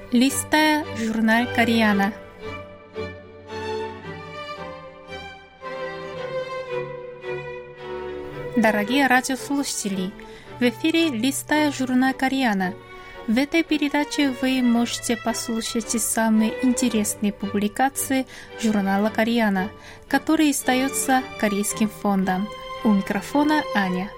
Листая журнал «Кореяна». Дорогие радиослушатели, в эфире «Листая журнал «Кореяна». В этой передаче вы можете послушать самые интересные публикации журнала «Кореяна», который издается Корейским фондом. У микрофона Аня.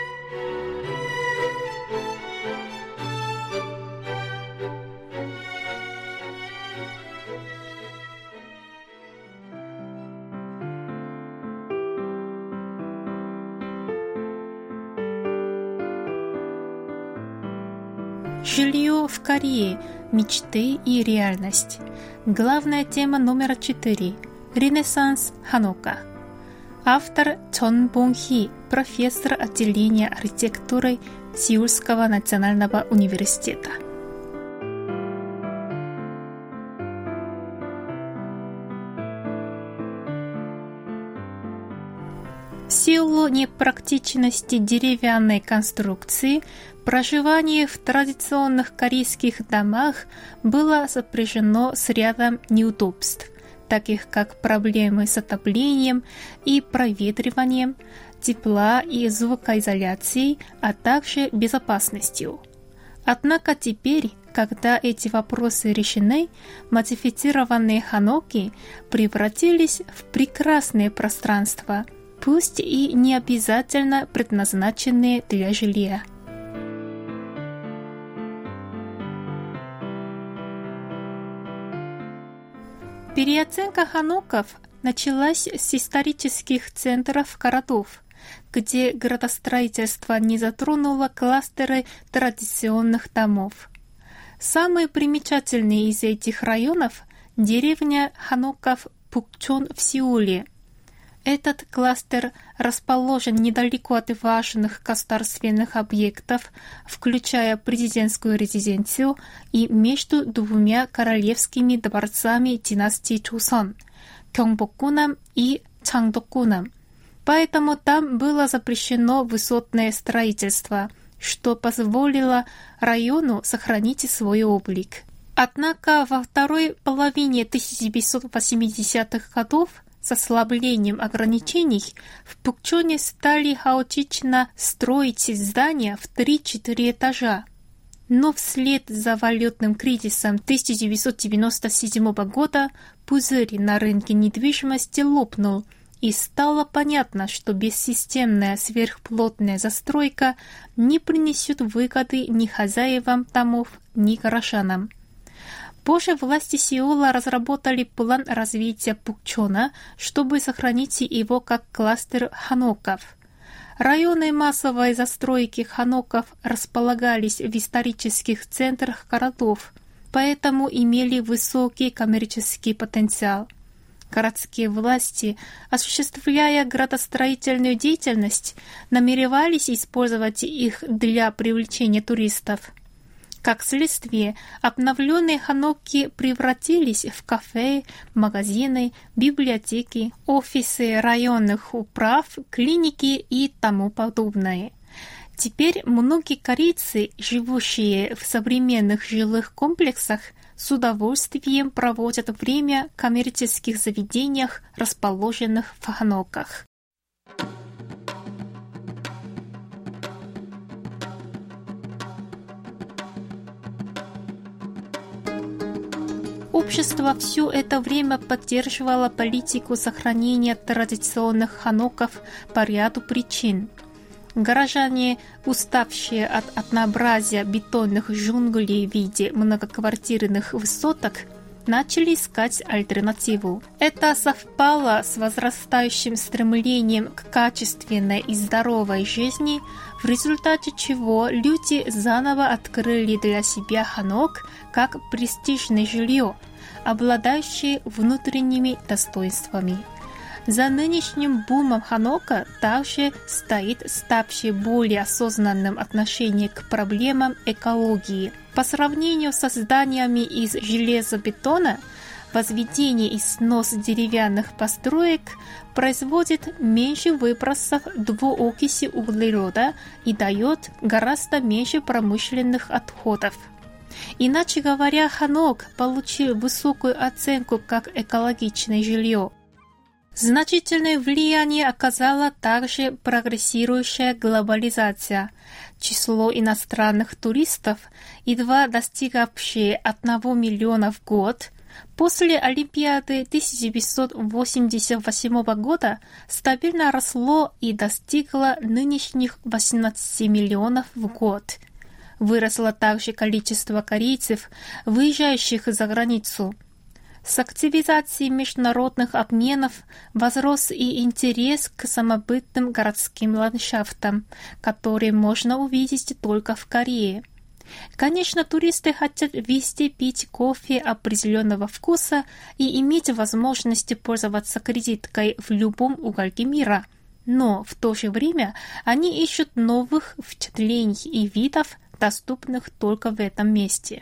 Жилье в Корее. Мечты и реальность. Главная тема номер 4. Ренессанс Ханука. Автор Чон Бонг-хи, профессор отделения архитектуры Сеульского национального университета. В силу непрактичности деревянной конструкции, проживание в традиционных корейских домах было сопряжено с рядом неудобств, таких как проблемы с отоплением и проветриванием, тепла и звукоизоляцией, а также безопасностью. Однако теперь, когда эти вопросы решены, модифицированные ханоки превратились в прекрасное пространство, пусть и не обязательно предназначенные для жилья. Переоценка ханоков началась с исторических центров городов, где градостроительство не затронуло кластеры традиционных домов. Самый примечательный из этих районов – деревня ханоков Пукчон в Сеуле. Этот кластер расположен недалеко от важных государственных объектов, включая президентскую резиденцию и между двумя королевскими дворцами династии Чосон – Гёнgbokgunam и Changdeokgunam. Поэтому там было запрещено высотное строительство, что позволило району сохранить свой облик. Однако во второй половине 1980-х годов с ослаблением ограничений в Пукчоне стали хаотично строить здания в 3-4 этажа. Но вслед за валютным кризисом 1997 года пузырь на рынке недвижимости лопнул, и стало понятно, что бессистемная сверхплотная застройка не принесет выгоды ни хозяевам домов, ни горожанам. Позже власти Сеула разработали план развития Пукчона, чтобы сохранить его как кластер ханоков. Районы массовой застройки ханоков располагались в исторических центрах городов, поэтому имели высокий коммерческий потенциал. Городские власти, осуществляя градостроительную деятельность, намеревались использовать их для привлечения туристов. Как следствие, обновленные ханоки превратились в кафе, магазины, библиотеки, офисы районных управ, клиники и тому подобное. Теперь многие корейцы, живущие в современных жилых комплексах, с удовольствием проводят время в коммерческих заведениях, расположенных в ханоках. Общество все это время поддерживало политику сохранения традиционных ханоков по ряду причин. Горожане, уставшие от однообразия бетонных джунглей в виде многоквартирных высоток, начали искать альтернативу. Это совпало с возрастающим стремлением к качественной и здоровой жизни, в результате чего люди заново открыли для себя ханок как престижное жилье, обладающее внутренними достоинствами. За нынешним бумом ханока также стоит ставшее более осознанным отношение к проблемам экологии. По сравнению со зданиями из железобетона, возведение и снос деревянных построек производит меньше выбросов двуокиси углерода и дает гораздо меньше промышленных отходов. Иначе говоря, Ханок получил высокую оценку как экологичное жилье. Значительное влияние оказала также прогрессирующая глобализация. Число иностранных туристов, едва достигавшее 1 миллиона в год, после Олимпиады 1988 года стабильно росло и достигло нынешних 18 миллионов в год. Выросло также количество корейцев, выезжающих за границу. С активизацией международных обменов возрос и интерес к самобытным городским ландшафтам, которые можно увидеть только в Корее. Конечно, туристы хотят везде пить кофе определенного вкуса и иметь возможность пользоваться кредиткой в любом уголке мира. Но в то же время они ищут новых впечатлений и видов, доступных только в этом месте.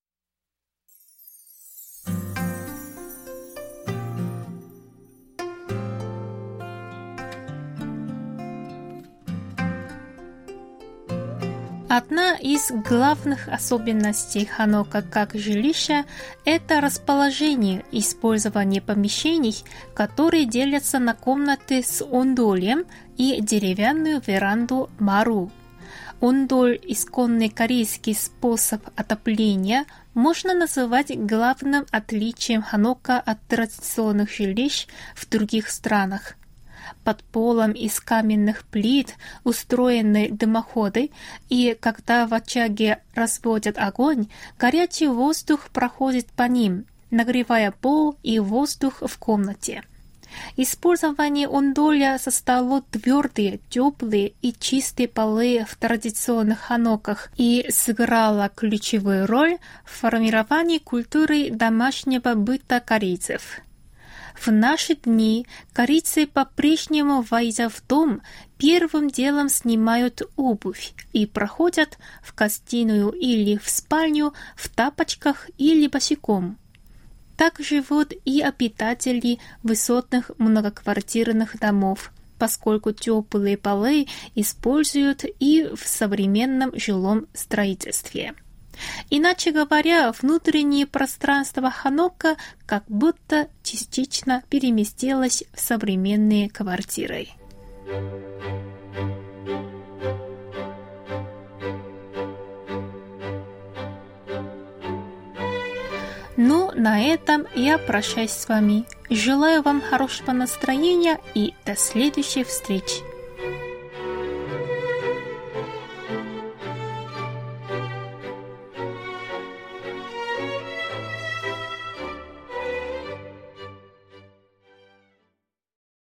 Одна из главных особенностей Ханока как жилища – это расположение и использование помещений, которые делятся на комнаты с ондолем и деревянную веранду мару. Ондоль – исконный корейский способ отопления, можно называть главным отличием Ханока от традиционных жилищ в других странах. Под полом из каменных плит устроены дымоходы, и когда в очаге разводят огонь, горячий воздух проходит по ним, нагревая пол и воздух в комнате. Использование ондоля создало твердые, теплые и чистые полы в традиционных ханоках и сыграло ключевую роль в формировании культуры домашнего быта корейцев. В наши дни корейцы по-прежнему, войдя в дом, первым делом снимают обувь и проходят в гостиную или в спальню в тапочках или босиком. Так живут и обитатели высотных многоквартирных домов, поскольку теплые полы используют и в современном жилом строительстве. Иначе говоря, внутреннее пространство Ханока как будто частично переместилось в современные квартиры. Ну, на этом я прощаюсь с вами. Желаю вам хорошего настроения и до следующей встречи.